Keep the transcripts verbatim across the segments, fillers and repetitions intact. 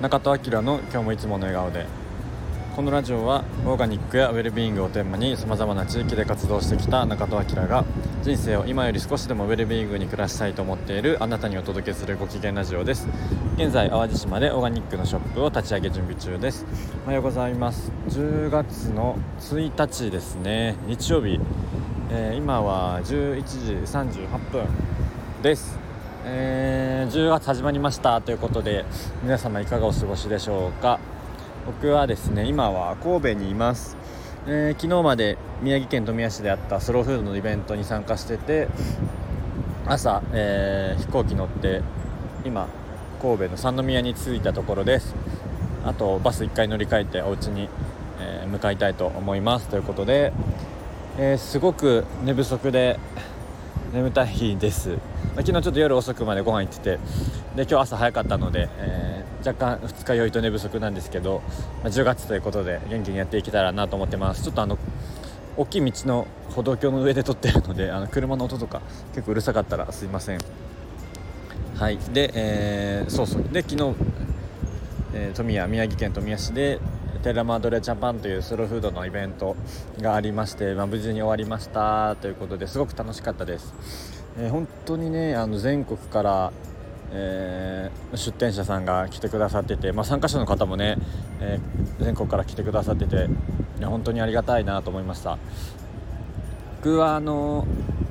中戸明の今日もいつもの笑顔で。このラジオはオーガニックやウェルビーイングをテーマにさまざまな地域で活動してきた中戸明が人生を今より少しでもウェルビーイングに暮らしたいと思っているあなたにお届けするご機嫌ラジオです。現在淡路島でオーガニックのショップを立ち上げ準備中です。おはようございます。じゅうがつのついたちですね、日曜日、えー、今はじゅういちじさんじゅうはっぷんです。えー、じゅうがつ始まりましたということで、皆様いかがお過ごしでしょうか。僕はですね、今は神戸にいます。えー、昨日まで宮城県富谷市であったスローフードのイベントに参加してて、朝、えー、飛行機乗って今神戸の三宮に着いたところです。あとバスいっかい乗り換えてお家に、えー、向かいたいと思いますということで、えー、すごく寝不足で眠たいです。まあ、昨日ちょっと夜遅くまでご飯行ってて、で今日朝早かったので、えー、若干二日酔いと寝不足なんですけど、まあ、じゅうがつということで元気にやっていけたらなと思ってます。ちょっとあの大きい道の歩道橋の上で撮ってるので、あの車の音とか結構うるさかったらすいません。はいで、えー、そうそうで昨日、えー、富谷宮城県富谷市でテラマドレジャパンというスローフードのイベントがありまして、まあ、無事に終わりましたということですごく楽しかったです。えー、本当にね、あの全国から、えー、出店者さんが来てくださってて、まあ、参加者の方もね、えー、全国から来てくださってて、いや本当にありがたいなと思いました。僕はあの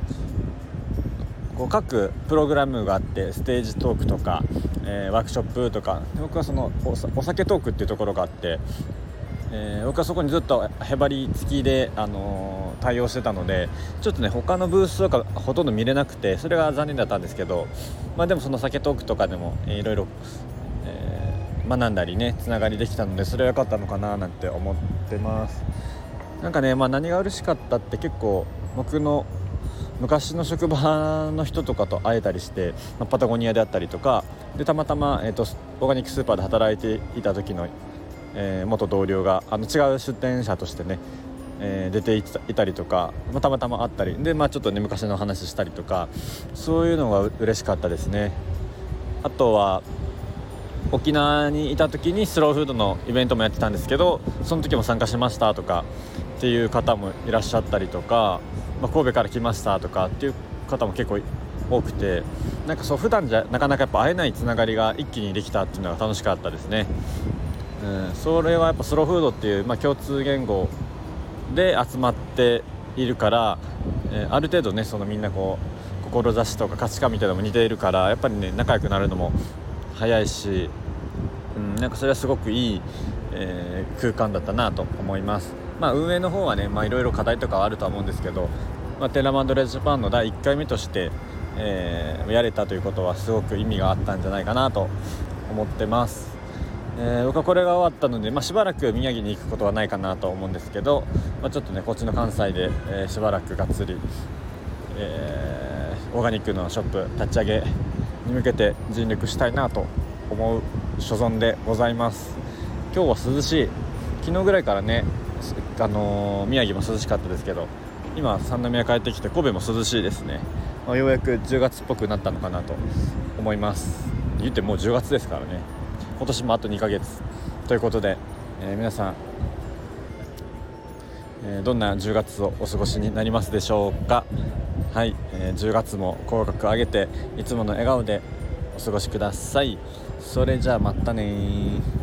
こう各プログラムがあって、ステージトークとか、えー、ワークショップとか、僕はその お, お酒トークっていうところがあって、えー、僕はそこにずっとへばり付きで、あのー、対応してたので、ちょっとね他のブースとかほとんど見れなくて、それが残念だったんですけど、まあ、でもその酒トークとかでも、えー、いろいろ、えー、学んだりねつながりできたので、それは良かったのかななんて思ってます。なんかね、まあ、何が嬉しかったって結構僕の昔の職場の人とかと会えたりして、まあ、パタゴニアであったりとかで、たまたま、えーと、オーガニックスーパーで働いていた時の、えー、元同僚があの違う出店者としてね、えー、出ていた、いたりとか、まあ、たまたま会ったりで、まあ、ちょっとね昔の話したりとか、そういうのが嬉しかったですね。あとは沖縄にいた時にスローフードのイベントもやってたんですけど、その時も参加しましたとかっていう方もいらっしゃったりとか、まあ、神戸から来ましたとかっていう方も結構多くて、なんかそう普段じゃなかなかやっぱ会えないつながりが一気にできたっていうのが楽しかったですね。うん、それはやっぱスローフードっていう、まあ、共通言語で集まっているから、えー、ある程度ねそのみんなこう志とか価値観みたいなのも似ているから、やっぱりね仲良くなるのも早いし、うん、なんかそれはすごくいい、えー、空間だったなと思います。まあ、運営の方はね、まあ、いろいろ課題とかはあるとは思うんですけど、まあ、テラマドレジャパンのだいいっかいめとして、えー、やれたということはすごく意味があったんじゃないかなと思ってます。えー、僕はこれが終わったので、まあ、しばらく宮城に行くことはないかなと思うんですけど、まあ、ちょっとねこっちの関西で、えー、しばらくがっつり、えー、オーガニックのショップ立ち上げに向けて尽力したいなと思う所存でございます。今日は涼しい。昨日ぐらいからね、あのー、宮城も涼しかったですけど、今三宮帰ってきて神戸も涼しいですね。まあ、ようやくじゅうがつっぽくなったのかなと思います。言ってもうじゅうがつですからね。今年もあとにかげつということで、えー、皆さん、えー、どんなじゅうがつをお過ごしになりますでしょうか。はい、えー、じゅうがつも口角上げていつもの笑顔でお過ごしください。それじゃあまたね。